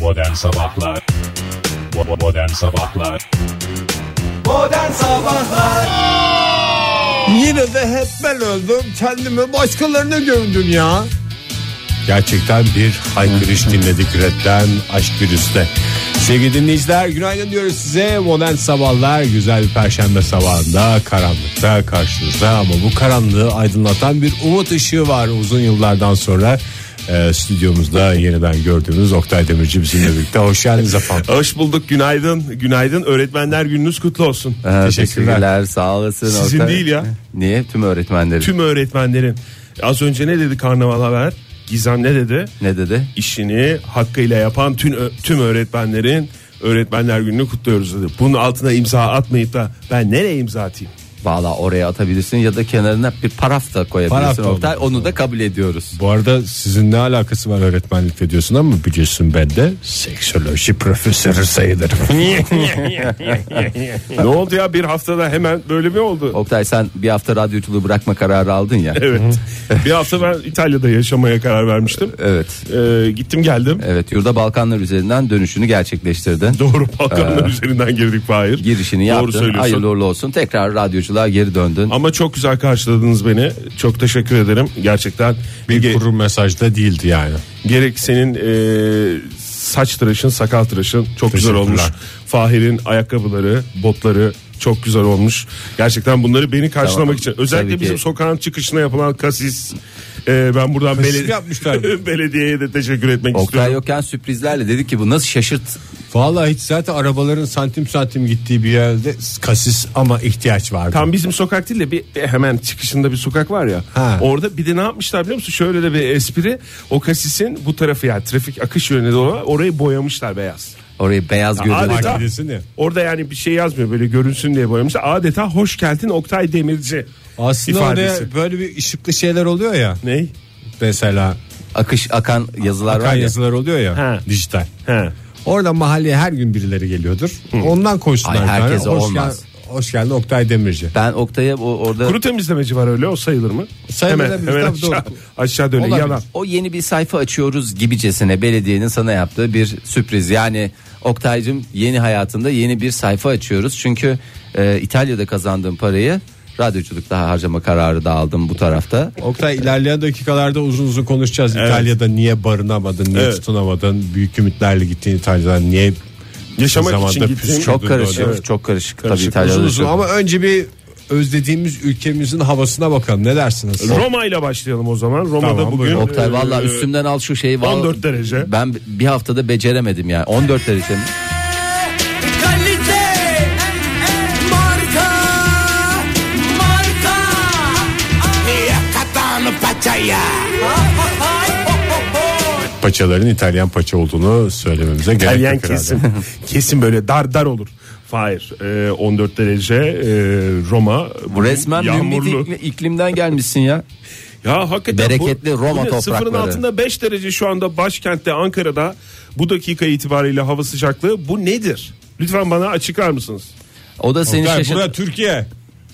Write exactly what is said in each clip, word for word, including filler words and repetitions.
Modern Sabahlar Modern Sabahlar Modern Sabahlar Yine de hep ben öldüm, kendimi başkalarına gömdüm ya. Gerçekten bir haykırış dinledik Red'den, Aşk Virüs'te. Sevgili dinleyiciler, günaydın diyoruz size. Modern Sabahlar, güzel bir perşembe sabahında karanlıkta karşınızda. Ama bu karanlığı aydınlatan bir umut ışığı var uzun yıllardan sonra. E, stüdyomuzda yeniden gördüğünüz Oktay Demirci bizimle birlikte. Hoş geldiniz efendim. Hoş bulduk, günaydın. Günaydın, öğretmenler gününüz kutlu olsun. Ee, teşekkürler, sağ olasın. Sizin Oktay. değil ya. Niye? Tüm öğretmenlerin. Tüm öğretmenlerin. Az önce ne dedi Karnaval Haber? Gizem ne dedi? Ne dedi? İşini hakkıyla yapan tüm, tüm öğretmenlerin öğretmenler gününü kutluyoruz dedi. Bunun altına imza atmayıp da ben nereye imza atayım? Valla oraya atabilirsin ya da kenarına bir paraf da koyabilirsin. Paraf da Oktay. olur. Onu da kabul ediyoruz. Bu arada sizin ne alakası var öğretmenlikle diyorsun ama biliyorsun ben de seksoloji profesörü sayılırım. Ne oldu ya, bir haftada hemen böyle mi oldu? Oktay, sen bir hafta radyoculuğu bırakma kararı aldın ya. Evet. Bir hafta ben İtalya'da yaşamaya karar vermiştim. Evet. Ee, gittim geldim. Evet, yurda Balkanlar üzerinden dönüşünü gerçekleştirdin. Doğru, Balkanlar Ee, üzerinden girdik Fahir. Girişini Doğru yaptın. söylüyorsun. Hayırlı uğurlu olsun. Tekrar radyoculuğa geri döndün. Ama çok güzel karşıladınız beni. Çok teşekkür ederim. Gerçekten Bir ge- kuru mesajda değildi yani. gerek senin e, saç tıraşın, sakal tıraşın çok güzel olmuş. Fahir'in ayakkabıları, botları çok güzel olmuş. Gerçekten bunları beni karşılamak Tamam. için. Özellikle Tabii ki. bizim sokağın çıkışına yapılan kasis. E, ben buradan Kasis beledi- yapmışlar. belediyeye de teşekkür etmek Oktay istiyorum. yokken sürprizlerle dedik ki bu nasıl şaşırt. Vallahi hiç zaten arabaların santim santim gittiği bir yerde kasis ama ihtiyaç vardı. Tam bizim sokak değil de bir, bir hemen çıkışında bir sokak var ya. Ha. Orada bir de ne yapmışlar biliyor musun? Şöyle de bir espri. O kasisin bu tarafı, yani trafik akış yönünde olan, orayı boyamışlar beyaz. Orayı beyaz Ya gözle. adeta- Fark edilsin ya. Orada yani bir şey yazmıyor, böyle görünsün diye boyamışlar. Adeta hoş geldin Oktay Demirci Aslında ifadesi. oraya böyle bir ışıklı şeyler oluyor ya. Ney? Mesela Akış akan yazılar akan var ya. yazılar oluyor ya. Ha. Dijital. He. Orada mahalleye her gün birileri geliyordur. Ondan koysunlar. Ay, bir tane. herkese hoş olmaz. Gel, hoş geldin Oktay Demirci. Ben Oktay'a o- orada Kuru temizlemeci var, öyle, o sayılır mı? Sayılabilir, Hemen, hemen tabii, aşağı, doğru. aşağı döne Olabilir. yalan. o yeni bir sayfa açıyoruz gibicesine belediyenin sana yaptığı bir sürpriz. Yani Oktay'cığım, yeni hayatında yeni bir sayfa açıyoruz. Çünkü e, İtalya'da kazandığım parayı radyoculukta harcama kararı da aldım bu tarafta. Oktay, ilerleyen dakikalarda uzun uzun konuşacağız. Evet. İtalya'da niye barınamadın, niye Evet. tutunamadın, büyük ümitlerle gittiğin İtalya'dan niye Yaşamak zamanda için gittim. püskürdün Çok karışık, orada? Evet. çok karışık, Karışık, tabii İtalya'da. Uzun da uzun çok- ama önce bir özlediğimiz ülkemizin havasına bakalım, ne dersiniz? Roma ile başlayalım o zaman. Roma'da Tamam, bugün buyurun. Oktay, e, vallahi üstümden al şu şeyi. Vallahi- on dört derece. Ben bir haftada beceremedim ya. on dört derece mi? Kalite Marka Marka Yakatan paçaya Paçaların İtalyan paça olduğunu söylememize gerek İtalyan yok herhalde. kesin. Kesin böyle dar dar olur. Hayır. E, on dört derece e, Roma. Bu resmen yağmurlu. ümit iklimden gelmişsin ya. Ya hakikaten Bereketli bu- Roma bu ne? toprakları. Sıfırın altında beş derece şu anda başkentte Ankara'da, bu dakika itibariyle hava sıcaklığı. Bu nedir? Lütfen bana açıklar mısınız? O da seni Oktay, şaşırt. bura Türkiye.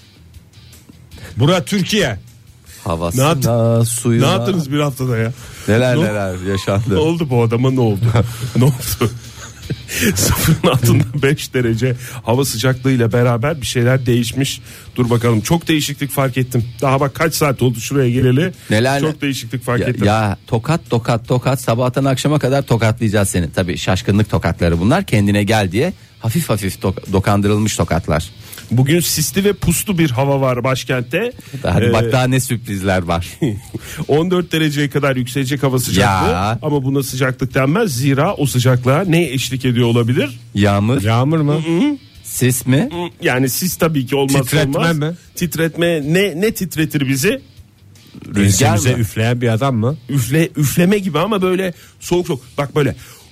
Bura Türkiye. Havasına, Ne yaptın- suyuna. Ne yaptınız bir haftada ya? Neler Ne- neler yaşandı. Ne oldu bu adama, ne oldu? Ne oldu? Sıfırın altında beş derece hava sıcaklığıyla beraber bir şeyler değişmiş. Dur bakalım, çok değişiklik fark ettim. Daha bak kaç saat oldu şuraya geleli. Neler- Çok değişiklik fark Ya, ettim. ya tokat tokat tokat sabahtan akşama kadar tokatlayacağız seni. Tabii şaşkınlık tokatları bunlar, kendine gel diye hafif hafif tok- dokandırılmış tokatlar. Bugün sisli ve puslu bir hava var başkentte. Hadi Ee, bak daha ne sürprizler var. on dört dereceye kadar yükselecek hava sıcaklığı. Ya. Ama buna sıcaklık denmez. Zira o sıcaklığa ne eşlik ediyor olabilir? Yağmur, Yağmur mu? sis mi? Yani sis tabii ki olmaz. Titretme olmaz. mi? Titretme ne ne titretir bizi? Rüzgar Ensemize mı? üfleyen bir adam mı? Üfle üfleme gibi ama böyle soğuk soğuk. Bak böyle.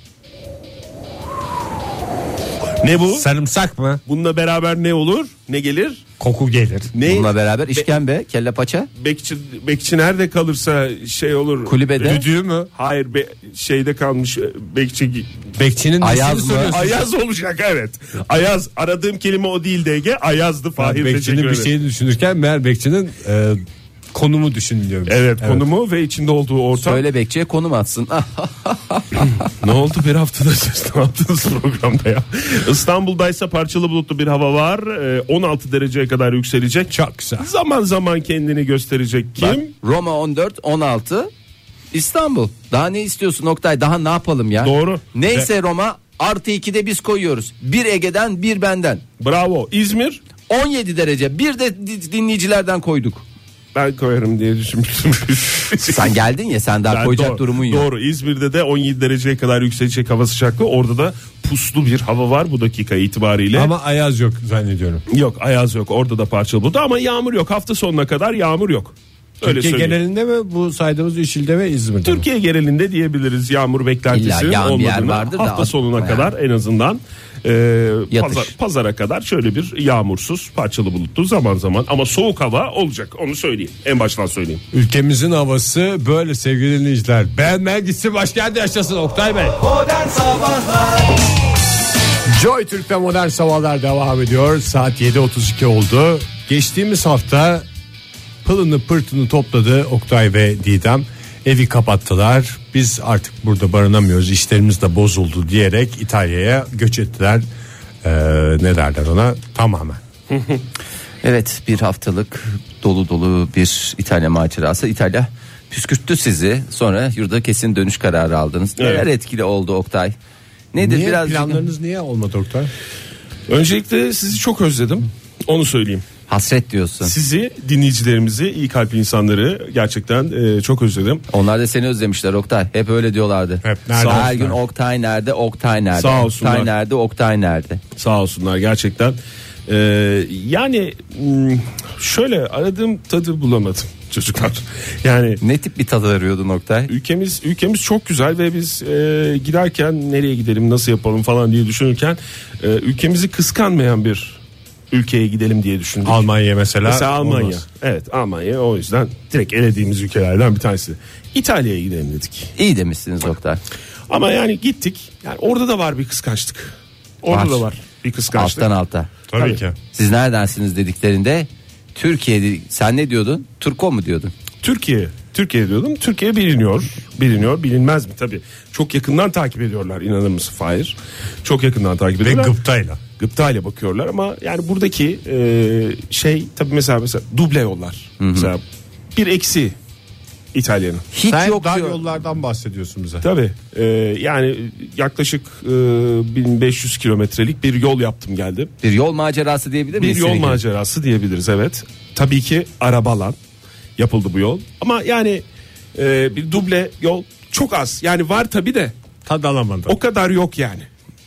Ne bu? Sarımsak mı? Bununla beraber ne olur? Ne gelir? Koku gelir. Ne? Bununla beraber işkembe, kelle paça, Bekçi, bekçi nerede kalırsa şey olur. kulübede. Düdüğü mü? Hayır, be, şeyde kalmış bekçi. Bekçinin Ayaz nesini mı? soruyorsun? Ayaz olacak, evet. Ayaz, aradığım kelime o değil D G. Ayazdı Ben Fahir, teşekkür bekçinin bir ederim. şeyini düşünürken meğer bekçinin e, Konumu düşünüyorum. Evet, evet, konumu ve içinde olduğu ortam. Söyle bekçiye konum atsın. Ne oldu bir haftada siz ne yaptınız programda ya? İstanbul'daysa parçalı bulutlu bir hava var. on altı dereceye kadar yükselecek. Çok güzel. Zaman zaman kendini gösterecek kim? Bak, Roma on dört on altı İstanbul. Daha ne istiyorsun Oktay? Daha ne yapalım ya? Doğru. Neyse Roma artı ikide biz koyuyoruz. Bir Ege'den bir benden. Bravo. İzmir? on yedi derece. Bir de dinleyicilerden koyduk. Ben koyarım diye düşünmüştüm. Sen geldin ya, sen daha Ben koyacak doğru, durumun yok. Doğru. İzmir'de de on yedi dereceye kadar yükselecek hava sıcaklığı. Orada da puslu bir hava var bu dakika itibariyle. Ama ayaz yok zannediyorum. Yok, ayaz yok. Orada da parçalı bulutlu ama yağmur yok. Hafta sonuna kadar yağmur yok. Öyle Türkiye söyleyeyim. genelinde mi bu saydığımız üç ilde ve İzmir'de Türkiye genelinde diyebiliriz yağmur beklentisi İlla yağan bir yer olmadığını. vardır da Hafta ad- sonuna yani. kadar en azından e, Yatış. pazar, pazara kadar şöyle bir yağmursuz parçalı bulutlu zaman zaman ama soğuk hava olacak, onu söyleyeyim, en baştan söyleyeyim. Ülkemizin havası böyle sevgili dinleyiciler. Beğenmeyen gitsin başka yerde yaşasın Oktay Bey. Modern Sabahlar. Joy Türk'te modern sabahlar devam ediyor. Saat yedi otuz iki oldu. Geçtiğimiz hafta pılını pırtını topladı Oktay ve Didem. Evi kapattılar. Biz artık burada barınamıyoruz, işlerimiz de bozuldu diyerek İtalya'ya göç ettiler. Ee, ne derler ona? Tamamen. Evet, bir haftalık dolu dolu bir İtalya macerası. İtalya püskürttü sizi. Sonra yurda kesin dönüş kararı aldınız. Evet. Neler etkili oldu Oktay? Nedir Niye, biraz planlarınız niye olmadı Oktay? Öncelikle sizi çok özledim, onu söyleyeyim. hasret diyorsun. Sizi, dinleyicilerimizi, iyi kalpli insanları gerçekten e, çok özledim. Onlar da seni özlemişler Oktay. Hep öyle diyorlardı. Hep nerede? Her Oktay? gün Oktay nerede? Oktay nerede? Sağ olsunlar. Oktay nerede? Oktay nerede? Sağ olsunlar gerçekten. Ee, yani hmm, şöyle aradığım tadı bulamadım çocuklar. Yani Ne tip bir tadı arıyordun Oktay? ülkemiz ülkemiz çok güzel ve biz e, giderken nereye gidelim, nasıl yapalım falan diye düşünürken e, ülkemizi kıskanmayan bir ülkeye gidelim diye düşündük. Almanya mesela. Mesela Almanya. olmaz. Evet, Almanya o yüzden direkt elediğimiz ülkelerden bir tanesi. İtalya'ya gidelim dedik. İyi demişsiniz Oktay. Ama yani gittik. Yani orada da var bir kıskançlık. Orada Var. da var bir kıskançlık. Alttan alta. Tabii, Tabii. ki. Siz neredensiniz dediklerinde Türkiye'de, sen ne diyordun? Turko mu diyordun? Türkiye, Türkiye diyordum. Türkiye biliniyor, biliniyor, bilinmez mi tabii. Çok yakından takip ediyorlar, inanır mısın Fahir? Çok yakından takip Ve ediyorlar. gıptayla. Gıptayla bakıyorlar ama yani buradaki e, şey tabii mesela mesela duble yollar. Mesela bir eksi İtalya'nın. Hiç Sen yok dar diyor. yollardan bahsediyorsun bize. Tabii e, yani yaklaşık e, bin beş yüz kilometrelik bir yol yaptım geldim. Bir yol macerası diyebilir Bir miyiz? yol seninki? macerası diyebiliriz, evet. Tabii ki arabalan yapıldı bu yol. Ama yani e, bir duble yol çok az. Yani var tabii de Tad alamadım. o kadar yok yani.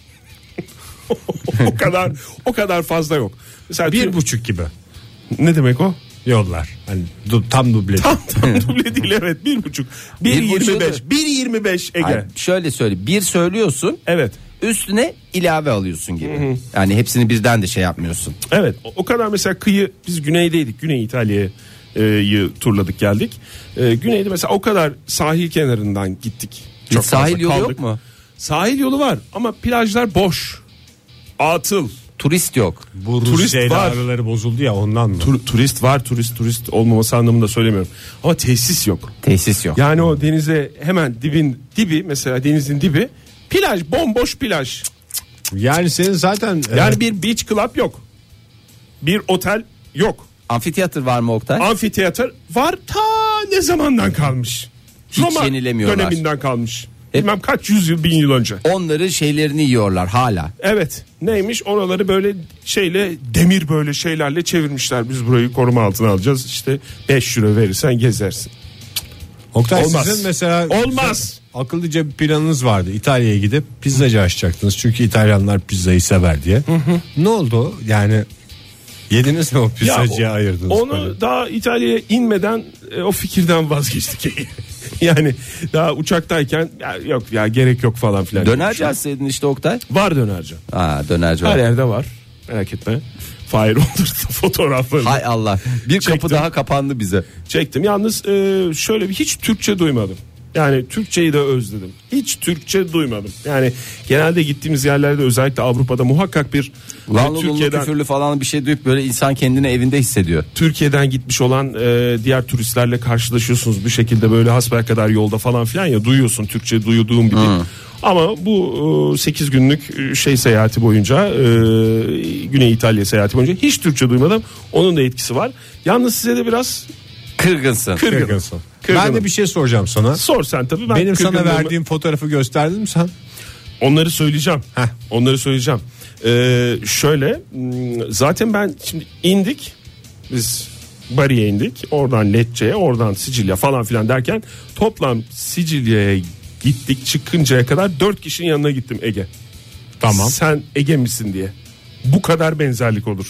o kadar o kadar fazla yok. Mesela Bir Tür- buçuk gibi ne demek o? yollar. Hani du- tam duble. Tam tam duble değil, evet, bir buçuk. Bir Bir buçuğu yirmi beş. da- Bir yirmi beş Ege. Ay, şöyle söyle, bir söylüyorsun, Evet. üstüne ilave alıyorsun gibi. Yani hepsini birden de şey yapmıyorsun. Evet, o, o kadar mesela kıyı, biz güneydeydik. Güney İtalya'yı turladık geldik. Ee, güneyde mesela o kadar sahil kenarından gittik. Hiç Çok sahil fazla yolu kaldık. yok mu? Sahil yolu var ama plajlar boş. Atıl. Turist yok. Bu Turist Rusya'yla var. araları bozuldu ya ondan mı? Tur- turist var, turist turist olmaması anlamında söylemiyorum. Ama tesis yok. Tesis yok. Yani o denize hemen dibin dibi, mesela denizin dibi plaj, bomboş plaj. Yani senin zaten Yani e, bir beach club yok. Bir otel yok. Amfiteyatr var mı Oktay? Amfiteyatr var, ta ne zamandan kalmış. Hiç yenilemiyorlar. döneminden kalmış. Hep- Bilmem kaç yüz yıl, bin yıl önce. Onların şeylerini yiyorlar hala. Evet, neymiş, oraları böyle şeyle, demir böyle şeylerle çevirmişler. Biz burayı koruma altına alacağız. İşte beş euro verirsen gezersin. Oktay Olmaz. sizin mesela Olmaz. akıllıca bir planınız vardı. İtalya'ya gidip pizzacı açacaktınız. Çünkü İtalyanlar pizzayı sever diye. Ne oldu? Yani yediniz mi o pizzacıya o- ayırdınız? Onu böyle? daha İtalya'ya inmeden e, o fikirden vazgeçtik. Yani daha uçaktayken ya yok ya, gerek yok falan filan. Dönerci açsaydın işte Oktay. Var dönerci. Aa, dönerci Her var. yerde var. Merak etme. Fire olurdu fotoğrafları. Hay Allah. Bir kapı Çektim. daha kapandı bize. Çektim. Yalnız e, şöyle bir hiç Türkçe duymadım. Yani Türkçeyi de özledim. Hiç Türkçe duymadım. Yani genelde gittiğimiz yerlerde özellikle Avrupa'da muhakkak bir Lan e, Türkiye'den küfürlü falan bir şey duyup böyle insan kendini evinde hissediyor. Türkiye'den gitmiş olan e, diğer turistlerle karşılaşıyorsunuz bir şekilde böyle hasbelkader yolda falan filan ya duyuyorsun Türkçe duyduğum gibi. Hmm. Ama bu sekiz günlük şey seyahati boyunca e, Güney İtalya seyahati boyunca hiç Türkçe duymadım. Onun da etkisi var. Yalnız size de biraz kırgınsın. Kırgınım. Kırgınsın. Kırgınım. Ben de bir şey soracağım sana. Sor sen tabii. Ben Benim sana kırgınlığımı- verdiğim fotoğrafı gösterdin mi sen? Onları söyleyeceğim. Heh. Onları söyleyeceğim. Ee, şöyle zaten ben şimdi indik. Biz Bari'ye indik. Oradan Lecce'ye, oradan Sicilya falan filan derken toplam Sicilya'ya gittik çıkıncaya kadar dört kişinin yanına gittim Ege. Tamam. Sen Ege misin diye. Bu kadar benzerlik olur.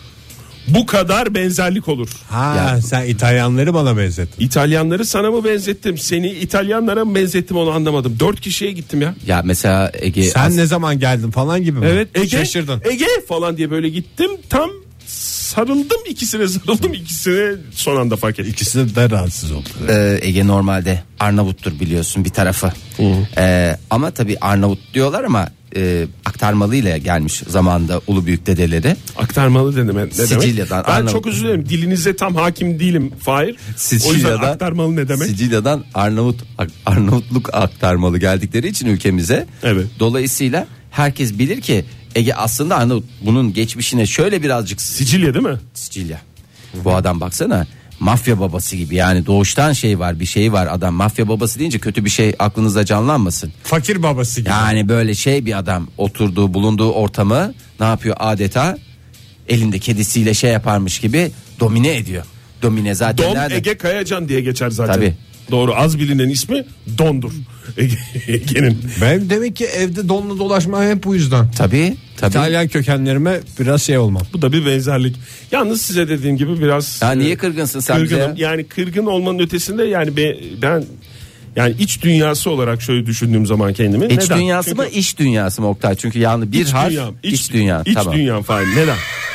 Bu kadar benzerlik olur. Ha Ya. sen İtalyanları bana benzettin. İtalyanları sana mı benzettim? Seni İtalyanlara mı benzettim onu anlamadım. Dört kişiye gittim ya. Ya mesela Ege Sen as- ne zaman geldin falan gibi mi? Evet Ege, Şaşırdın. Ege falan diye böyle gittim. Tam sarıldım ikisine sarıldım ikisine son anda fark ettim. İkisi de rahatsız oldu. Ee, Ege normalde Arnavuttur biliyorsun bir tarafı. Ee, ama tabii Arnavut diyorlar ama e, aktarmalıyla gelmiş zamanda ulu büyük dedeleri. Aktarmalı dedim. Ne Sicilya'dan, demek? Ben Arnavut. çok özür dilerim. Dilinize tam hakim değilim Fahir. O yüzden Sicilya'dan aktarmalı ne demek? Sicilya'dan Arnavut Arnavutluk aktarmalı geldikleri için ülkemize. Evet. Dolayısıyla herkes bilir ki Ege aslında Arnavut. Bunun geçmişine şöyle birazcık Sicilya değil mi? Sicilya. Bu adam baksana mafya babası gibi yani doğuştan şey var bir şey var adam mafya babası deyince kötü bir şey aklınızda canlanmasın. Fakir babası gibi. Yani böyle şey bir adam oturduğu bulunduğu ortamı ne yapıyor adeta elinde kedisiyle şey yaparmış gibi domine ediyor. Domine zaten Don nerede? Ege Kayacan diye geçer zaten. Tabii. Doğru, az bilinen ismi Don'dur. Ege- Ege'nin. Ben demek ki evde donla dolaşma hep bu yüzden. Tabii tabii. İtalyan kökenlerime biraz şey olmam. Bu da bir benzerlik. Yalnız size dediğim gibi biraz Ya niye e, kırgınsın sen kırgınım. bize? Yani kırgın olmanın ötesinde yani be- ben yani iç dünyası olarak şöyle düşündüğüm zaman kendimi. İç Neden? dünyası Çünkü mı iç dünyası mı Oktay? Çünkü yani bir iç harf dünyam, iç, dünya. İç tamam. dünyam falan. Neden?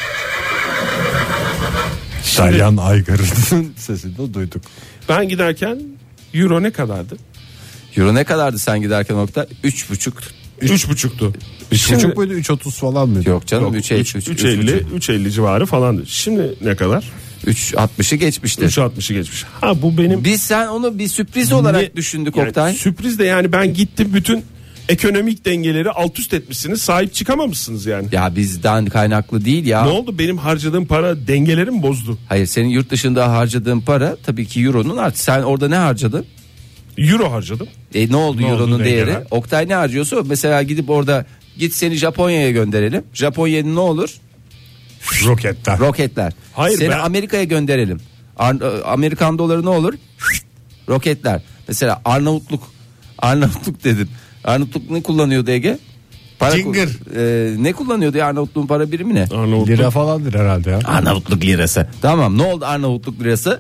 İtalyan aygırının sesini de duyduk. Ben giderken euro ne kadardı? Euro ne kadardı sen giderken Oktay? Üç buçuk. Üç buçuktu. Üç Şimdi- buçuk muydu? Üç otuz falan mıydı? Yok canım Yok, üç üç- üç elli üç elli civarı falandı. Şimdi ne kadar? üç altmışı geçmişti. üç altmışı geçmiş. Ha bu benim Biz sen onu bir sürpriz olarak Ne- düşündük yani Oktay. sürpriz de yani ben gittim bütün ekonomik dengeleri alt üst etmişsiniz. Sahip çıkamamışsınız yani. Ya bizden kaynaklı değil ya. Ne oldu? Benim harcadığım para dengeleri mi bozdu? Hayır senin yurt dışında harcadığın para tabii ki euronun artı. Sen orada ne harcadın? Euro harcadım. E ne oldu Ne euronun oldu değeri? dengeler? Oktay ne harcıyorsa mesela gidip orada git seni Japonya'ya gönderelim. Japonya'nın ne olur? Roketler. Roketler. Hayır, Seni ben- Amerika'ya gönderelim. Ar- Amerikan doları ne olur? Roketler. Mesela Arnavutluk. Arnavutluk dedin. Arnavutluk ne kullanıyordu Ege? Para ku- Cingir. Ee, ne kullanıyordu ya Arnavutluğun para birimi ne? Arnavutluk. Lira falandır herhalde ya. Arnavutluk lirası. Tamam ne oldu Arnavutluk lirası?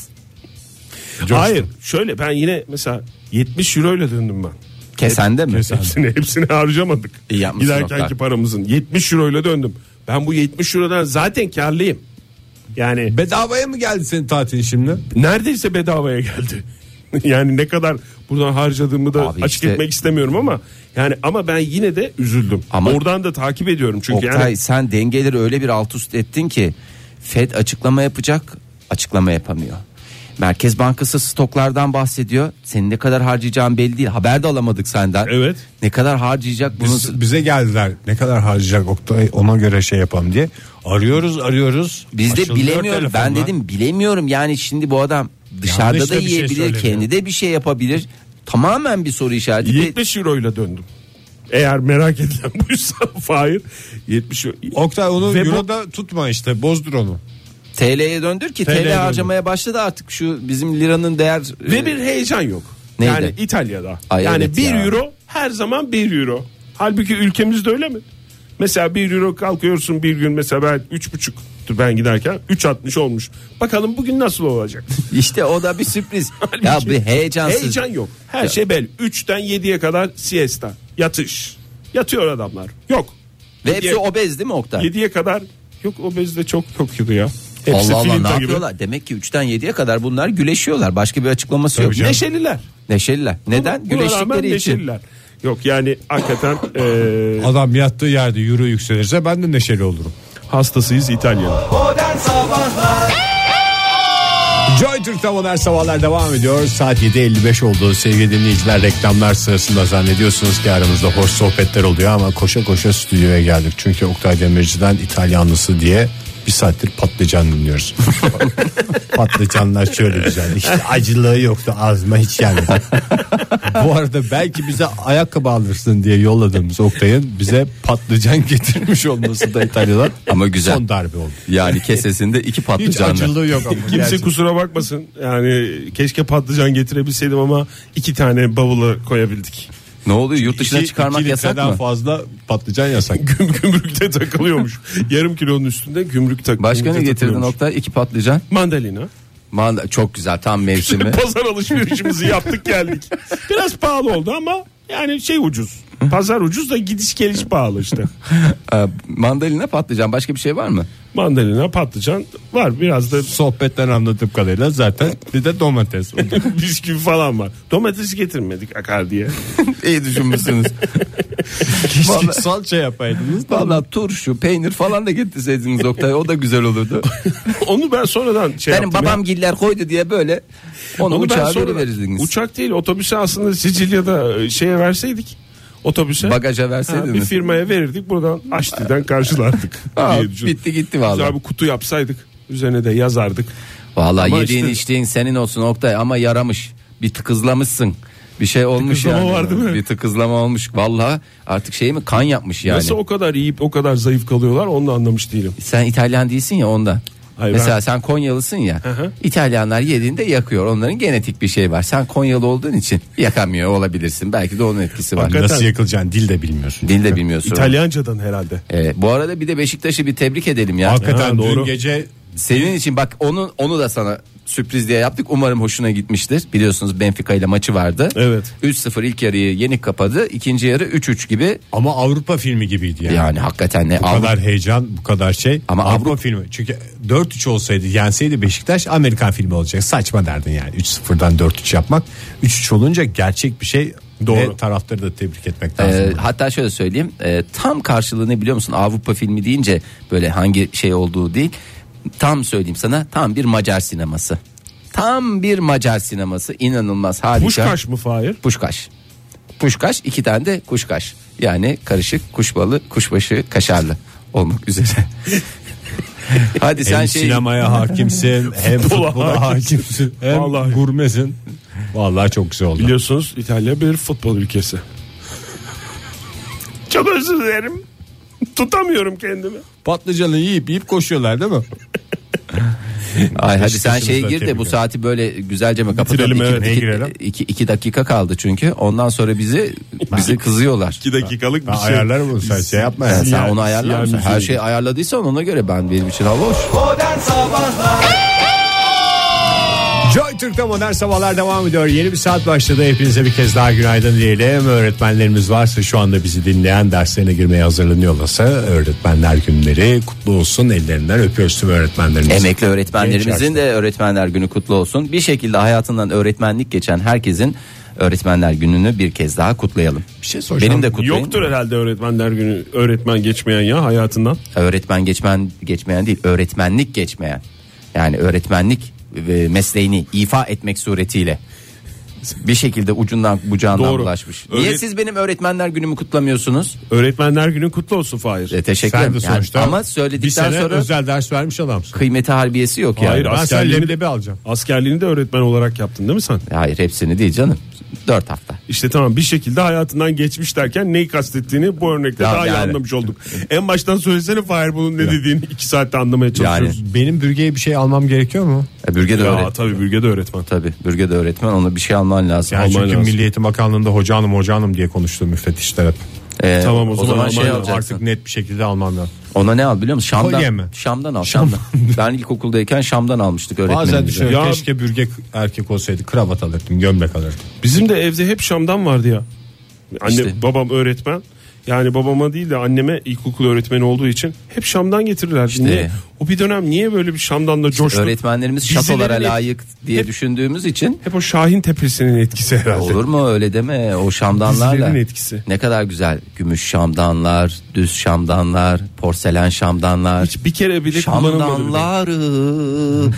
Hayır şöyle ben yine mesela yetmiş euro ile döndüm ben. Kesende mi? Hepsini, hepsini harcamadık. İyi yapmışsın Giderkenki Oktay. paramızın yetmiş euro ile döndüm. Ben bu yetmiş eurodan zaten karlıyım. Yani Bedavaya mı geldi senin tatilin şimdi? neredeyse bedavaya geldi. Yani ne kadar buradan harcadığımı da Abi açık işte- etmek istemiyorum ama yani ama ben yine de üzüldüm. Ama- Oradan da takip ediyorum çünkü Oktay yani sen dengeleri öyle bir alt üst ettin ki Fed açıklama yapacak, açıklama yapamıyor. Merkez Bankası stoklardan bahsediyor. Senin ne kadar harcayacağın belli değil. Haber de alamadık senden. Evet. Ne kadar harcayacak bunu? Biz, bize geldiler ne kadar harcayacak Oktay ona göre şey yapalım diye. Arıyoruz arıyoruz. Biz de Açılmıyor bilemiyorum. Ben telefonlar. dedim bilemiyorum. Yani şimdi bu adam dışarıda Yanlış da da bir şey yiyebilir, söylemiyor. kendi de bir şey yapabilir. Tamamen bir soru işareti. Ve yetmiş euro ile döndüm. Eğer merak edilen buysa Fahir yetmiş euro. Oktay onu Ve bu- Euro'da tutma işte bozdur onu. T L'ye döndür ki T L'ye T L döndür. harcamaya başladı artık şu bizim liranın değer. Ve bir heyecan yok. Neydi? Yani İtalya'da. Ay yani evet bir ya. euro her zaman bir euro. Halbuki ülkemizde öyle mi? Mesela bir euro kalkıyorsun bir gün mesela ben üç buçuktu ben giderken üç altmış olmuş. Bakalım bugün nasıl olacak? İşte o da bir sürpriz. ya bir heyecansız. Heyecan yok. Her Ya. şey belli. üçten yediye kadar siesta. Yatış. Yatıyor adamlar. Yok. Ve hepsi Yediye- obez değil mi Oktay? yediye kadar yok obezde çok yoktu ya. Hepsi Allah Allah filinta ne gibi. yapıyorlar? Demek ki üçten yediye kadar bunlar güleşiyorlar. Başka bir açıklaması yok. Neşeliler. Neşeliler. Neden? Buna rağmen Güreştikleri için. neşeliler. Yok yani hakikaten e, Adam yattığı yerde euro yükselirse ben de neşeli olurum. hastasıyız İtalya'nın. Modern Sabahlar Joy Türk'te modern sabahlar devam ediyor. Saat yedi elli beş oldu. Sevgili dinleyiciler, reklamlar sırasında zannediyorsunuz ki aramızda hoş sohbetler oluyor ama koşa koşa stüdyoya geldik. Çünkü Oktay Demirci'den İtalyanlısı diye bir saattir patlıcan dinliyoruz. Patlıcanlar şöyle güzel. İşte acılığı yoktu, ağzıma hiç gelmedi. Bu arada belki bize ayakkabı alırsın diye yolladığımız Oktay'ın bize patlıcan getirmiş olması da İtalya'dan Ama güzel. son darbe oldu. Yani kesesinde iki Hiç patlıcanlı. acılığı yok ama. Kimse gerçekten. kusura bakmasın. Yani keşke patlıcan getirebilseydim ama iki tane bavula koyabildik. Ne oluyor? Yurt dışına İki- çıkarmak iki yasak litreden mı? fazla patlıcan yasak. Güm, gümrükte takılıyormuş. Yarım kilonun üstünde gümrük tak. Başka ne gümrükte getirdin takılıyormuş. Oktay? İki patlıcan. Mandalina. Manda çok güzel, tam mevsimi. Pazar alışverişimizi yaptık geldik. Biraz pahalı oldu ama yani şey ucuz. Pazar ucuz da gidiş geliş pahalı işte. Ee, Mandalina, patlıcan, başka bir şey var mı? Mandalina, patlıcan var, biraz da Sohbetten anladığım kadarıyla zaten bir de domates. bisküvi falan var. Domatesi getirmedik akar diye. İyi düşünmüşsünüz. Keşke salça yapaydınız. Valla turşu, peynir falan da getirseydiniz Oktay, o da güzel olurdu. Onu ben sonradan şey Benim yaptım. babam ya. giller koydu diye böyle onu, Onu ben uçağa sonradan- verirdiniz. Uçak değil, otobüse aslında Sicilya'da şeye verseydik. Otobüse. Bagaja Ha, bir verseydiniz. firmaya verirdik, buradan Aşti'den karşılardık. Aa, diye düşündüm. bitti gitti valla. Güzel bir kutu yapsaydık, üzerine de yazardık. Valla Ama yediğin işte- içtiğin senin olsun Oktay, ama yaramış. Bir tıkızlamışsın. Bir şey olmuş Tıkızlama yani. var değil mi? Bir tıkızlama olmuş. Valla artık şey mi, kan yapmış yani. Nasıl o kadar yiyip o kadar zayıf kalıyorlar, onu da anlamış değilim. Sen İtalyan değilsin ya ondan. Hayır, Mesela ben- sen Konyalısın ya. hı. İtalyanlar yediğinde yakıyor. Onların genetik bir şey var. Sen Konyalı olduğun için yakamıyor olabilirsin. Belki de onun etkisi var. Hakikaten. Nasıl yakılacaksın dil de bilmiyorsun. Dil de bilmiyorsun. İtalyancadan herhalde. Evet, bu arada bir de Beşiktaş'ı bir tebrik edelim ya. Hakikaten Ha, doğru. dün gece Senin için bak, onu onu da sana sürpriz diye yaptık. Umarım hoşuna gitmiştir. Biliyorsunuz Benfica ile maçı vardı. Evet. üç sıfır ilk yarıyı yenik kapadı. İkinci yarı üç üç gibi. ama Avrupa filmi gibiydi yani. Yani hakikaten ne Bu Avrupa- kadar heyecan, bu kadar şey. Ama Avrupa Avrupa- filmi. Çünkü dört üç olsaydı, yenseydi Beşiktaş, Amerikan filmi olacak. Saçma derdin yani. üç sıfırdan dört üç yapmak. üç üç olunca gerçek bir şey. Doğru. Ve taraftarı da tebrik etmek lazım. Ee, hatta şöyle söyleyeyim, e, tam karşılığı ne biliyor musun? Avrupa filmi deyince böyle hangi şey olduğu değil, tam söyleyeyim sana, tam bir Macar sineması. Tam bir Macar sineması, inanılmaz, harika. Puşkaş mı Fahir? Puşkaş. Puşkaş, iki tane de kuşkaş. Yani karışık kuşbalı, kuşbaşı, kaşarlı olmak üzere. Hadi sen hem şey sinemaya hakimsin, hem Futbola futbola hakimsin, hem Vallahi. gurmesin. Vallahi çok güzel oldu. Biliyorsunuz İtalya bir futbol ülkesi. Çok özür dilerim. Tutamıyorum kendimi. Patlıcanı yiyip yiyip koşuyorlar değil mi? Ay hadi sen Beşiktaş'ımızı şeye da gir de tebrik bu ederim. saati böyle güzelce mi kapatalım? Bitirelim, İki- evet. Neye iki- girelim? iki, iki dakika kaldı çünkü. Ondan sonra bizi bizi kızıyorlar. iki dakikalık bir Ben şey. ayarlarım bunu, sen şey yapma Yani yani. sen Siyah- onu ayarlar siyah mısın? Her müziği. şeyi ayarladıysan ona göre ben, benim için hava hoş. Modern Sabahlar Joy Türk'te modern sabahlar devam ediyor. Yeni bir saat başladı. Hepinize bir kez daha günaydın diyelim. Öğretmenlerimiz varsa, şu anda bizi dinleyen, derslerine girmeye hazırlanıyorlarsa, öğretmenler günleri kutlu olsun. Ellerinden öpüyoruz tüm öğretmenlerimizi. Emekli öğretmenlerimizin Genç de öğretmenler günü kutlu olsun. Bir şekilde hayatından öğretmenlik geçen herkesin öğretmenler gününü bir kez daha kutlayalım. Bir şey soracağım. Benim de kutlayın. Yoktur herhalde öğretmenler günü öğretmen geçmeyen ya hayatından. Öğretmen geçmen geçmeyen değil, öğretmenlik geçmeyen. Yani öğretmenlik e, mesleğini ifa etmek suretiyle bir şekilde ucundan bucağından Doğru. bulaşmış. Öğret- Niye siz benim öğretmenler günümü kutlamıyorsunuz? Öğretmenler günü kutlu olsun Fahir. E, teşekkür Sen ederim. de Yani sonuçta ama bir söyledikten sene sonra özel ders vermiş adamsın. kıymeti harbiyesi yok yani. Hayır, Ben sen askerliğini- leblebi alacağım. Askerliğini de öğretmen olarak yaptın değil mi sen? Hayır, hepsini değil canım. Dört hafta. İşte tamam, bir şekilde hayatından geçmiş derken neyi kastettiğini bu örnekte Ya daha iyi yani. anlamış olduk. En baştan söylesene Fahir, bunun ne dediğini iki saatte anlamaya çalışıyoruz. Benim bürgeye bir şey almam gerekiyor mu? E, bürge de Ya öğretmen. tabii bürge de öğretmen. Tabii bürge de öğretmen, ona bir şey alman lazım. Yani Alman çünkü lazım. Milli Eğitim Bakanlığı'nda hoca hanım hoca hanım diye konuştu müfettişler hep. Ee, Tamam, o o zaman zaman alman şey lazım. alacaksın. Artık net bir şekilde almam lazım. Ona ne al biliyor musun? Şam'dan. Kolye mi? Şam'dan al. Şam'dan. ben ilkokuldayken Şam'dan almıştık Bazen öğretmenimize. düşünüyorum, Ya- keşke bürge erkek olsaydı, kravat alırdım, gömlek alırdım. Bizim de evde hep Şam'dan vardı ya. Anne İşte. babam öğretmen. Yani babama değil de anneme ilkokul öğretmeni olduğu için hep Şam'dan getirirler. İşte. Niye? O bir dönem niye böyle bir Şam'dan coştu? Öğretmenlerimiz Dizilerin şatolara et- layık diye hep- düşündüğümüz için. Hep o Şahin Tepesi'nin etkisi herhalde. Olur mu öyle deme, o şamdanlarla. Dizilerin etkisi. Ne kadar güzel, gümüş şamdanlar, düz şamdanlar, porselen şamdanlar. Hiç bir kere bile kullanılmadı bile. Şamdanları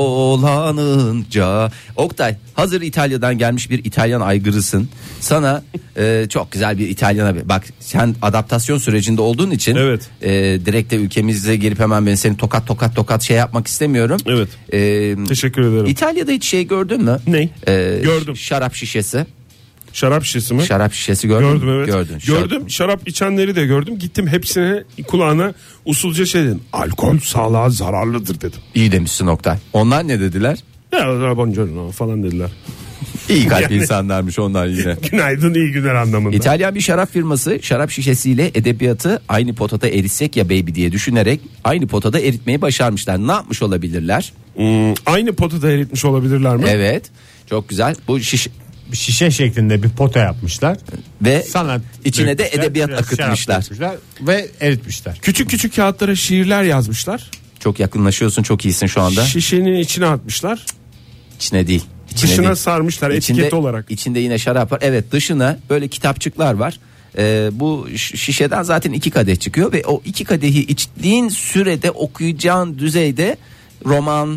dolanınca. Oktay, hazır İtalya'dan gelmiş bir İtalyan aygırısın. Sana e, çok güzel bir İtalyan'a, bak sen adaptasyon sürecinde olduğun için Evet. e, direkt de ülkemize gelip hemen ben seni tokat tokat tokat şey yapmak istemiyorum. Evet. E, Teşekkür ederim. İtalya'da hiç şey gördün mü? Ne? E, Gördüm. Şarap şişesi. Şarap şişesi mi? Şarap şişesi gördün mü? Gördüm evet. Gördün. Gördüm. Şarap içenleri de gördüm. Gittim hepsine kulağına usulca şey dedim. Alkol sağlığa zararlıdır dedim. İyi demişsin Oktay. Onlar ne dediler? Ya buongiorno falan dediler. İyi kalpli Yani- insanlarmış onlar yine. Günaydın, iyi günler anlamında. İtalyan bir şarap firması şarap şişesiyle edebiyatı aynı potada eritsek ya baby diye düşünerek aynı potada eritmeyi başarmışlar. Ne yapmış olabilirler? Hmm, aynı potada eritmiş olabilirler mi? Evet. Çok güzel. Bu şiş Bir şişe şeklinde bir pota yapmışlar. ve Sanat içine de dökmüşler, edebiyat biraz akıtmışlar. şarap dökmüşler ve eritmişler. Küçük küçük kağıtlara şiirler yazmışlar. Çok yakınlaşıyorsun, çok iyisin şu anda. Şişenin içine atmışlar. İçine değil. İçine Dışına değil. sarmışlar İçinde, etiket olarak. İçinde yine şarap var. Evet, dışına böyle kitapçıklar var. Ee, bu ş- şişeden zaten iki kadeh çıkıyor ve o iki kadehi içtiğin sürede okuyacağın düzeyde roman,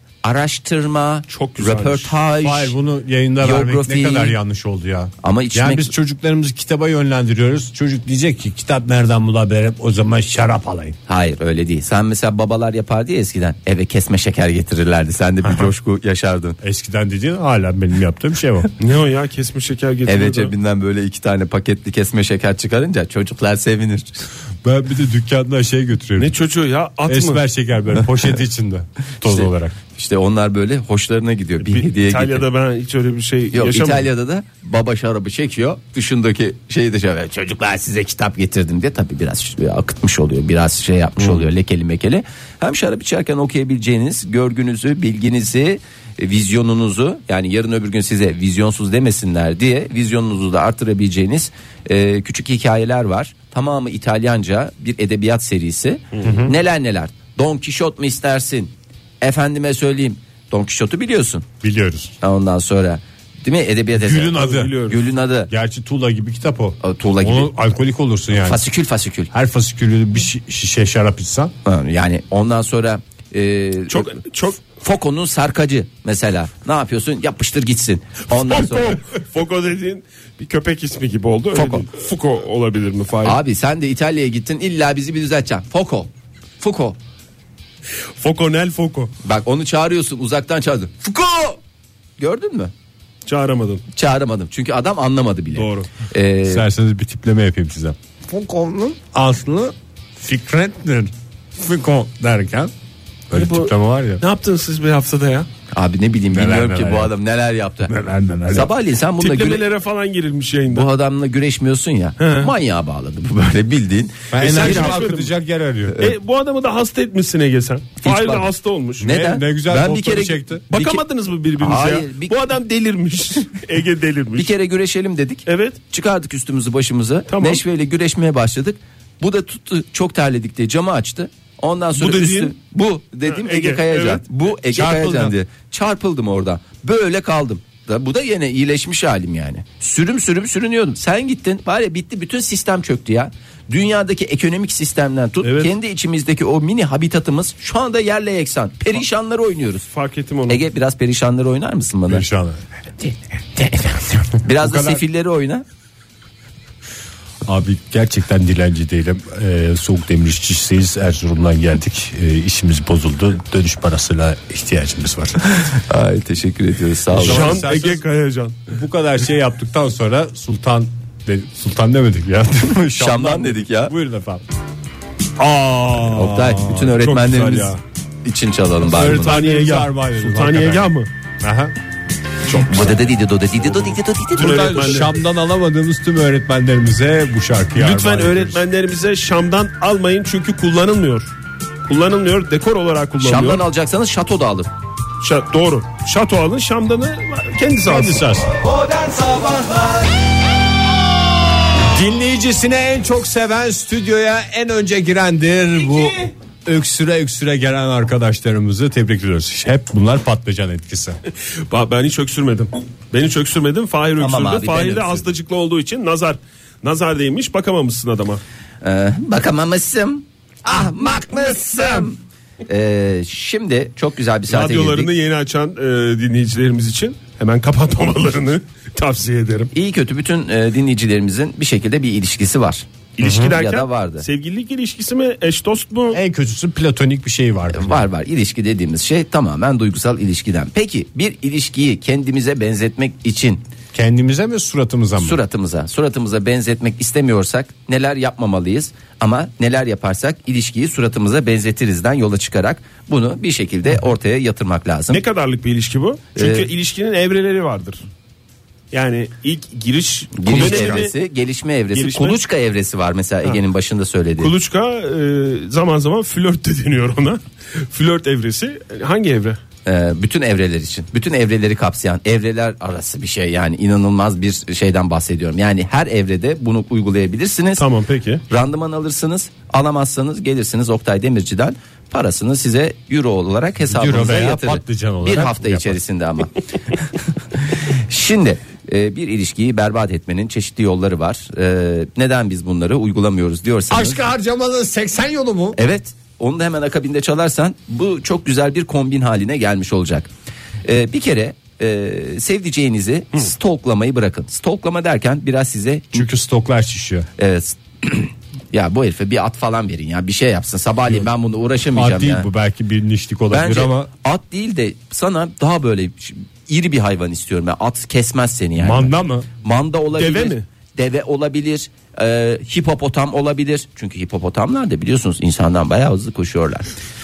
araştırma, Çok güzelmiş. röportaj. Hayır, bunu yayında vermek biyografi. ne kadar yanlış oldu ya. Ama içmek- Yani biz çocuklarımızı kitaba yönlendiriyoruz. Çocuk diyecek ki kitap nereden bulabilirim, o zaman şarap alayım. Hayır, öyle değil. Sen mesela babalar yapardı ya eskiden, eve kesme şeker getirirlerdi. Sen de bir coşku yaşardın. Eskiden dediğin hala benim yaptığım şey o. Ne o ya, kesme şeker getiriyor. Eve da. cebinden böyle iki tane paketli kesme şeker çıkarınca çocuklar sevinir. Ben bir de dükkandan şey götürüyorum. Ne çocuğu ya, at mı? Esmer şeker böyle poşet içinde toz İşte- olarak. İşte onlar böyle hoşlarına gidiyor. Bir, Bir- hediye İtalya'da getir. ben hiç öyle bir şey Yok, yaşamadım. İtalya'da da baba şarabı çekiyor. Dışındaki şeyi de şöyle, çocuklar size kitap getirdim diye tabii biraz akıtmış oluyor. Biraz şey yapmış oluyor, lekeli mekeli. Hem şarap içerken okuyabileceğiniz görgünüzü, bilginizi, e, vizyonunuzu, yani yarın öbür gün size vizyonsuz demesinler diye vizyonunuzu da artırabileceğiniz e, küçük hikayeler var. Tamamı İtalyanca bir edebiyat serisi. Neler neler. Don Quixote mu istersin? Efendime söyleyeyim. Don Quixote'u biliyorsun. Biliyoruz. Ondan sonra değil mi, edebiyat eseri. Gül'ün adı. Biliyorum. Gül'ün adı. Gerçi tuğla gibi kitap o. O, tuğla gibi. Onu alkolik olursun yani. Fasikül fasikül. Her fasikülü bir şi- şişe şarap içsen. Ha, yani ondan sonra e, Çok çok Foko'nun sarkacı mesela. Ne yapıyorsun? Yapıştır gitsin. Ondan sonra Foko. Foko dediğin bir köpek ismi gibi oldu. Öyle Foko. değil. Fuko olabilir mi Fahir? abi sen de İtalya'ya gittin, illa bizi bir düzelteceksin. Foko. Fuko. Foko nel Foko. Bak onu çağırıyorsun, uzaktan çağırdın. Fuko. Gördün mü? Çağıramadım. Çağıramadım. Çünkü adam anlamadı bile. Doğru. Ee, İsterseniz bir tipleme yapayım size. Foucault'un aslı Fikret'tir. Foucault derken böyle E bu- tipleme var ya. Ne yaptınız siz bir haftada ya? abi ne bileyim, Neler bilmiyorum ki neler bu ya. adam neler yaptı. Neler neler. Sabahleyin sen bununla güre- Tiplemelere falan girilmiş yayında. bu adamla güreşmiyorsun ya. Manyağa bağladı bu, böyle bildiğin. Ben E sen enerji şaşırdın. akıtacak yer arıyor. E, bu adamı da hasta etmişsin Ege sen. Fahir de bak- hasta olmuş. Neden? Ne güzel ben bir fotoğrafı kere çekti. bir ke- Bakamadınız mı birbirinize Hayır, ya? bir- Bu adam delirmiş. Ege delirmiş. Bir kere güreşelim dedik. Evet. Çıkardık üstümüzü başımızı. Tamam. Neşveyle güreşmeye başladık. Bu da tuttu, çok terledik diye camı açtı. Ondan sonra Bu dediğin- üstü bu dediğim Ha, Ege, Ege, Kayacan. evet. Bu Ege Çarpıldın. Kayacan diye. Çarpıldım orada. Böyle kaldım. Da, bu da yine iyileşmiş halim yani. Sürüm sürüm sürünüyordum. Sen gittin, var ya, bitti, bütün sistem çöktü ya. Dünyadaki ekonomik sistemden tut, Evet. kendi içimizdeki o mini habitatımız şu anda yerle yeksan. Perişanları oynuyoruz. Fark ettim onu. Ege, biraz perişanları oynar mısın bana? Perişan. Biraz da kadar- sefilleri oyna. Abi gerçekten dilenci değilim. Ee, soğuk demir işçisiyiz. Erzurum'dan geldik. Ee, işimiz bozuldu. Dönüş parasıyla ihtiyacımız var. Ay, teşekkür ediyoruz, sağ olun. Şu an- Şan Ege Kayacan. Bu kadar şey yaptıktan sonra Sultan de, Sultan demedik ya. Şam'dan dedik ya. Buyurun efendim. Aa, Oktay, bütün çok öğretmenlerimiz güzel ya. için çalalım bari bunu. Sultaniye Sultaniye Ege. armağan edelim, Sultaniye Ege hakikaten. mı? Aha. Buradan Buradan Şam'dan alamadığımız tüm öğretmenlerimize bu şarkıyı Lütfen armağan ediyoruz. öğretmenlerimize Şam'dan almayın çünkü kullanılmıyor. Kullanılmıyor, dekor olarak kullanılıyor. Şam'dan alacaksanız şato da alın. Şa- doğru. Şato alın, Şam'danı kendisi alsın. Kendisi alsın. Modern Sabahlar Dinleyicisine en çok seven stüdyoya en önce girendir bu. öksüre öksüre gelen arkadaşlarımızı tebrik ediyoruz. Hep bunlar patlıcan etkisi. Ben hiç öksürmedim. Ben hiç öksürmedim. Fahir Tamam öksürdü. abi, ben Fahir de öksürdüm. hastacıklı olduğu için nazar nazar değmiş, bakamamışsın adama. Ee, bakamamışsın. Ahmak mısın? Ee, şimdi çok güzel bir saate Radyolarını girdik. yeni açan e, dinleyicilerimiz için hemen kapatmamalarını tavsiye ederim. İyi kötü bütün e, dinleyicilerimizin bir şekilde bir ilişkisi var. İlişki Ya derken da vardı. sevgililik ilişkisi mi, eş dost mu? En kötüsü platonik bir şey vardır. Var var, ilişki dediğimiz şey tamamen duygusal ilişkiden. Peki bir ilişkiyi kendimize benzetmek için Kendimize mi suratımıza mı? suratımıza suratımıza benzetmek istemiyorsak neler yapmamalıyız, ama neler yaparsak ilişkiyi suratımıza benzetirizden yola çıkarak bunu bir şekilde ortaya yatırmak lazım. Ne kadarlık bir ilişki bu? Çünkü Ee, ilişkinin evreleri vardır. Yani ilk giriş, Giriş kuvvetli- evresi, gelişme evresi, Gelişme- kuluçka evresi var mesela Ege'nin başında söylediği. Kuluçka, e, zaman zaman flört de deniyor ona. Flört evresi hangi evre? Ee, bütün evreler için, bütün evreleri kapsayan evreler arası bir şey, yani inanılmaz bir şeyden bahsediyorum. Yani her evrede bunu uygulayabilirsiniz. Tamam, peki. Randıman alırsınız, alamazsanız gelirsiniz Oktay Demirci'den, parasını size euro olarak hesabınıza Euro veya yatırır. patlıcan olarak Bir hafta yapar. içerisinde ama. Şimdi e, bir ilişkiyi berbat etmenin çeşitli yolları var. E, neden biz bunları uygulamıyoruz diyorsanız. Aşkı harcamanın seksen yolu mu? Evet, onu da hemen akabinde çalarsan bu çok güzel bir kombin haline gelmiş olacak. Ee, bir kere e, sevdiceğinizi stalklamayı bırakın. Stalklama derken biraz size Çünkü stoklar şişiyor. e, s- ya bu herife bir at falan verin ya, bir şey yapsın. Sabahleyin ben bunu uğraşamayacağım Ad değil ya. bu, belki bir nişlik olabilir Bence ama at değil de sana daha böyle iri bir hayvan istiyorum. Yani at kesmez seni yani. manda mı? Manda olabilir. Deve mi? Deve olabilir. E, hipopotam olabilir. Çünkü hipopotamlar da biliyorsunuz insandan bayağı hızlı koşuyorlar.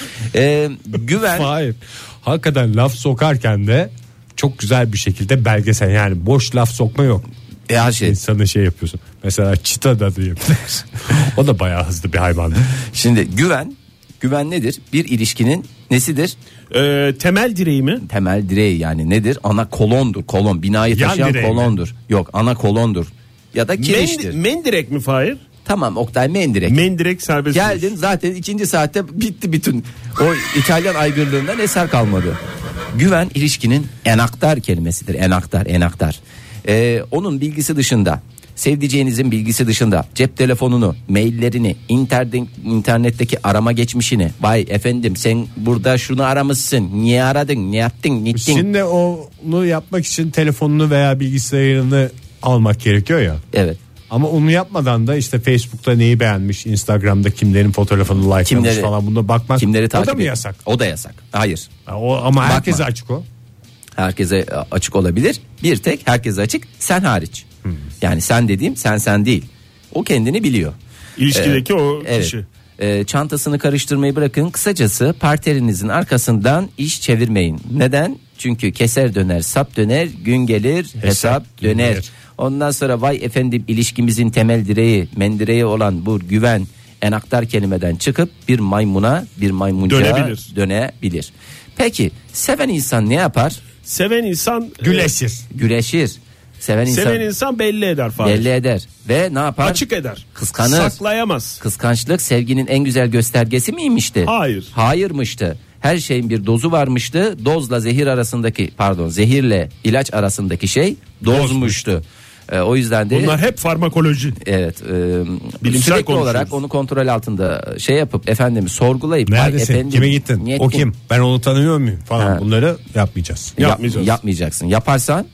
E, güven. Hayır. Hakikaten laf sokarken de çok güzel bir şekilde belgesel, yani boş laf sokma yok. E, her şey. İnsanı şey yapıyorsun. Mesela çita da diyebiliriz. O da bayağı hızlı bir hayvan. Şimdi güven. Güven nedir? Bir ilişkinin nesidir? Ee, temel direği mi? Temel direği, yani nedir? Ana kolondur. Kolon, binayı Yan taşıyan direği mi? kolondur. Yok, ana kolondur. Ya da kiriştir. Men, mendirek mi Fahir? Tamam Oktay, mendirek. Mendirek serbest. Geldin zaten ikinci saatte bitti bütün. O İtalyan aygırlığından eser kalmadı. Güven ilişkinin enaktar kelimesidir. Enaktar, enaktar. Ee, onun bilgisi dışında, sevdiceğinizin bilgisi dışında cep telefonunu, maillerini, internet, internetteki arama geçmişini, vay efendim sen burada şunu aramışsın, niye aradın, ne yaptın, ne ettin? Şimdi onu yapmak için telefonunu veya bilgisayarını almak gerekiyor ya. Evet. Ama onu yapmadan da işte Facebook'ta neyi beğenmiş, Instagram'da kimlerin fotoğrafını likelamış Kimleri- falan, buna bakmak. Kimleri o takip da mı et- yasak? O da yasak. Hayır. Ha, O, ama Bakma. herkese açık o. Herkese açık olabilir. Bir tek herkese açık, sen hariç. Yani sen dediğim sen sen değil. O kendini biliyor. İlişkideki o Evet. kişi. Ee, çantasını karıştırmayı bırakın. Kısacası partnerinizin arkasından iş çevirmeyin. Neden? Çünkü keser döner, sap döner, gün gelir, hesap, döner. döner. Ondan sonra vay efendim ilişkimizin temel direği, mendireği olan bu güven, enaktar kelimeden çıkıp bir maymuna, bir maymunca Dönebilir. dönebilir. Peki seven insan ne yapar? Seven insan Güleşir. Güreşir. Seven e, insan seven insan belli eder Fahir. belli eder ve ne yapar? Açık eder. Kıskanır. Saklayamaz. Kıskançlık sevginin en güzel göstergesi miymişti? Hayır. Hayırmıştı. Her şeyin bir dozu varmıştı. Dozla zehir arasındaki, pardon, zehirle ilaç arasındaki şey dozmuştu. Ee, o yüzden de Bunlar hep farmakoloji. evet, e, Bilimsel sürekli konuşuyoruz. olarak onu kontrol altında şey yapıp efendim sorgulayıp Neredesin? "Ay efendim, Kime gittin? niye O gittin?" kim? Ben onu tanıyor muyum? Falan, Ha. bunları yapmayacağız. Yap- Yapmayacağız. yapmayacaksın. Yaparsan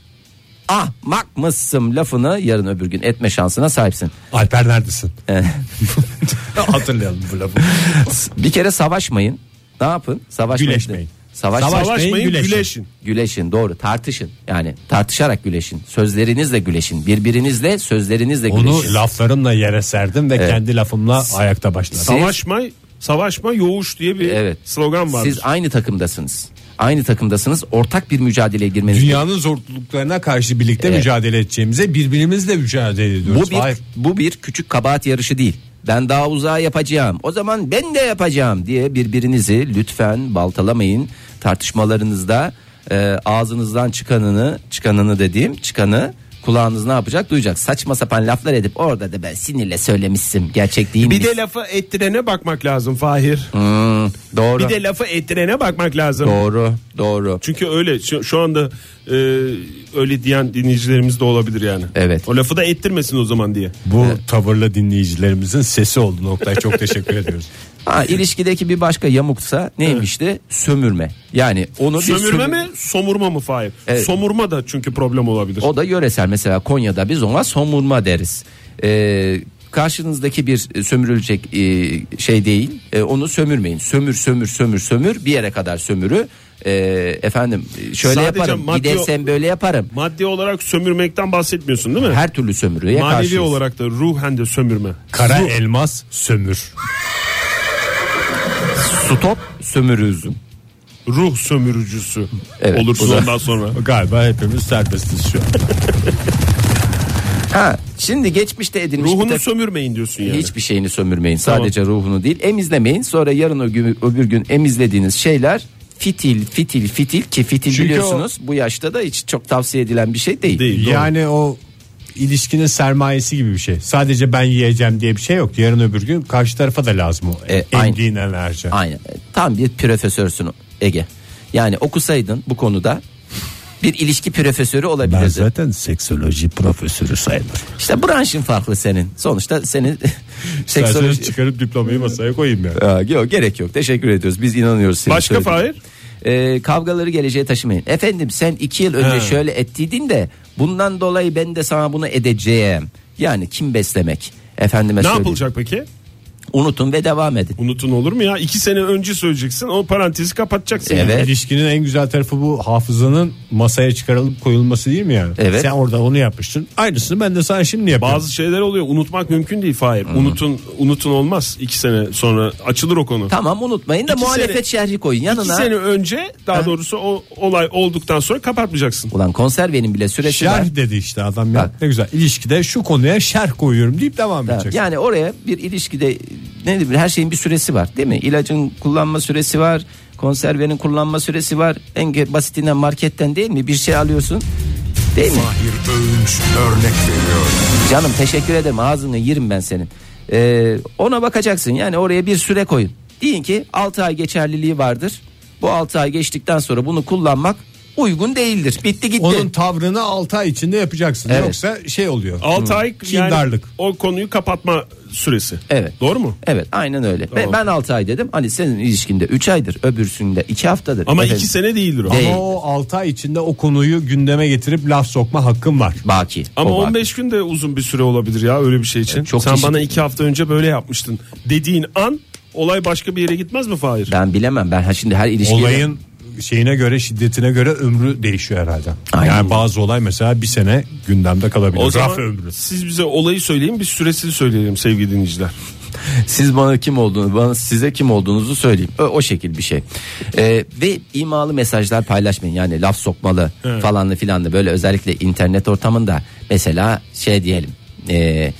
ahmak mısın lafını yarın öbür gün etme şansına sahipsin. Alper neredesin? Hatırlayalım bu lafı. Bir kere savaşmayın. Ne yapın? Savaşmayın. Güleşmeyin. Savaş, Savaş- Savaşmayın, güleşin. güleşin. Güleşin, doğru, tartışın. Yani tartışarak güleşin. Sözlerinizle güleşin. Birbirinizle sözlerinizle Onu güleşin. laflarımla yere serdim ve Evet. kendi lafımla ayakta başladım. Savaşma, savaşma yoğuş diye bir Evet. slogan vardır. Siz aynı takımdasınız. Aynı takımdasınız. Ortak bir mücadeleye girmeniz. Dünyanın zorluklarına karşı birlikte Evet. mücadele edeceğimize birbirimizle mücadele ediyoruz. Bu bir Hayır. bu bir küçük kabahat yarışı değil. Ben daha uzağa yapacağım. O zaman ben de yapacağım diye birbirinizi lütfen baltalamayın. Tartışmalarınızda e, ağzınızdan çıkanını, çıkanını dediğim çıkanı kulağınız ne yapacak? Duyacak. Saçma sapan laflar edip orada da ben sinirle söylemişsim. Gerçek değil mi? Bir de lafı ettirene bakmak lazım Fahir. Hmm, doğru. Bir de lafı ettirene bakmak lazım. Doğru, doğru. Çünkü öyle şu, şu anda e, öyle diyen dinleyicilerimiz de olabilir yani. Evet. O lafı da ettirmesin o zaman diye. Bu tavırlı dinleyicilerimizin sesi oldu Oktay, çok teşekkür ediyoruz. Ha, ilişkideki bir başka yamuksa neymişti? Sömürme. Yani onu bir Sömürme sömür- mi, somurma mı Fahir? Evet. Somurma da çünkü problem olabilir. O da yöresel, mesela Konya'da biz ona somurma deriz. Ee, karşınızdaki bir sömürülecek e, şey değil. E, onu sömürmeyin. Sömür sömür sömür sömür bir yere kadar sömürü. E, efendim şöyle Sadece yaparım. maddi- Gidersem böyle yaparım. Maddi olarak sömürmekten bahsetmiyorsun değil mi? Her türlü sömürüye Manevi karşıyız. olarak da ruhen de sömürme. Kara elmas sömür. Stop sömürüzüm. Ruh sömürücüsü Evet, olursun bu da- ondan sonra. Galiba hepimiz serbestiz şu an. Ha, şimdi geçmişte edilmiş bir Ruhunu tek- sömürmeyin diyorsun yani. hiçbir şeyini sömürmeyin. Tamam. Sadece ruhunu değil, emizlemeyin. Sonra yarın o gün, öbür gün emizlediğiniz şeyler fitil fitil fitil ki fitil Çünkü biliyorsunuz bu yaşta da hiç çok tavsiye edilen bir şey değil. Değil. Doğru. Yani o ilişkinin sermayesi gibi bir şey. Sadece ben yiyeceğim diye bir şey yok. Yarın öbür gün karşı tarafa da lazım o E, emdiğin enerji. Aynen. Tam bir profesörsün Ege. Yani okusaydın bu konuda bir ilişki profesörü Ben olabilirdin. zaten seksoloji profesörü sayılır. İşte branşın farklı senin. Sonuçta senin Seksoloji seksoloji çıkarıp diplomayı masaya koyayım yani. Aa, yok, gerek yok. Teşekkür ediyoruz. Biz inanıyoruz. senin Başka söylediğine. Fahir? Ee, kavgaları geleceğe taşımayın. Efendim sen iki yıl önce He. şöyle ettiydin de bundan dolayı ben de sana bunu edeceğim. Yani kim beslemek? Efendime Ne söyleyeyim. yapılacak peki? Unutun ve devam edin. Unutun olur mu ya? İki sene önce söyleyeceksin, o parantezi kapatacaksın. Evet. yani. İlişkinin en güzel tarafı bu hafızanın masaya çıkarılıp koyulması değil mi yani? Evet. Sen orada onu yapmıştın. Aynısını ben de sana şimdi yapıyorum. Bazı şeyler oluyor, unutmak mümkün değil Fahir. Unutun unutun olmaz. İki sene sonra açılır o konu. Tamam, unutmayın da İki muhalefet sene- şerhi koyun yanına. İki sene önce daha doğrusu o olay olduktan sonra kapatmayacaksın. Ulan konservenin bile süresi var. Şerh dedi işte adam ya. Bak. Ne güzel. İlişkide şu konuya şerh koyuyorum deyip devam Tamam. edeceksin. Yani oraya bir ilişkide ne diyeyim, her şeyin bir süresi var değil mi? İlacın kullanma süresi var, konservenin kullanma süresi var. En ge- basitinden marketten değil mi bir şey alıyorsun, değil mi? Fahir Öğünç örnek veriyor. Canım teşekkür ederim, ağzını yerim ben senin. Ee, ona bakacaksın, yani oraya bir süre koyun. Deyin ki altı ay geçerliliği vardır. Bu altı ay geçtikten sonra bunu kullanmak uygun değildir. Bitti gitti. Onun tavrını altı ay içinde yapacaksın. Evet. Yoksa şey oluyor. altı ay yani Kindarlık. o konuyu kapatma süresi. Evet. Doğru mu? Evet, aynen öyle. Tamam. Ben, ben altı ay dedim. Hani senin ilişkinde üç aydır, öbürsünde iki haftadır. Ama Efendim, iki sene değildir o. Değil. Ama o altı ay içinde o konuyu gündeme getirip laf sokma hakkın var. Baki. Ama O baki. on beş gün de uzun bir süre olabilir ya öyle bir şey için. çok Sen çeşitli. bana iki hafta önce böyle yapmıştın dediğin an olay başka bir yere gitmez mi Fahir? Ben bilemem. Ben ha şimdi her ilişkide Olayın şeyine göre, şiddetine göre ömrü değişiyor herhalde. Aynen. Yani bazı olay mesela bir sene gündemde kalabilir. O zaman Raf ömrü. siz bize olayı söyleyin, biz süresini söyleyelim sevgili dinleyiciler. siz bana kim olduğunu, bana size kim olduğunuzu söyleyeyim. O, o şekil bir şey. Ee, ve imalı mesajlar paylaşmayın. Yani laf sokmalı Evet. falanlı filanlı, böyle özellikle internet ortamında mesela şey diyelim. Eee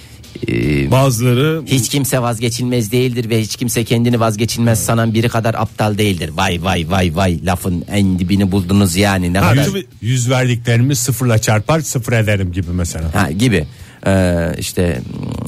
e, Bazıları hiç kimse vazgeçilmez değildir ve hiç kimse kendini vazgeçilmez sanan biri kadar aptal değildir. Vay vay vay vay, lafın en dibini buldunuz yani, ne Ha, kadar. tabii. Yüz verdiklerimi sıfırla çarpar, sıfır ederim gibi mesela. Ha, gibi. Ee, işte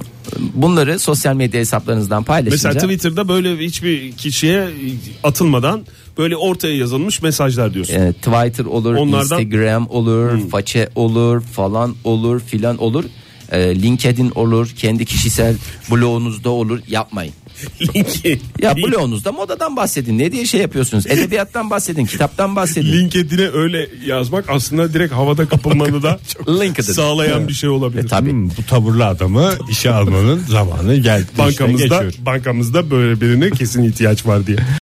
bunları sosyal medya hesaplarınızdan paylaşınca. mesela Twitter'da böyle hiçbir kişiye atılmadan böyle ortaya yazılmış mesajlar diyorsun. E, Twitter olur, Onlardan- Instagram olur, Hmm. façe olur, falan olur, filan olur. E, LinkedIn olur, kendi kişisel blogunuzda olur. Yapmayın. Linki. Ya Link- blogunuzda modadan bahsedin. Ne diye şey yapıyorsunuz? Edebiyattan bahsedin, kitaptan bahsedin. LinkedIn'e öyle yazmak aslında direkt havada kapılmanı da LinkedIn. sağlayan bir şey olabilir. E, tabii. Hmm, bu tavırlı adamı işe almanın zamanı geldi. İşte Bankamızda geçiyor. bankamızda böyle birine kesin ihtiyaç var diye.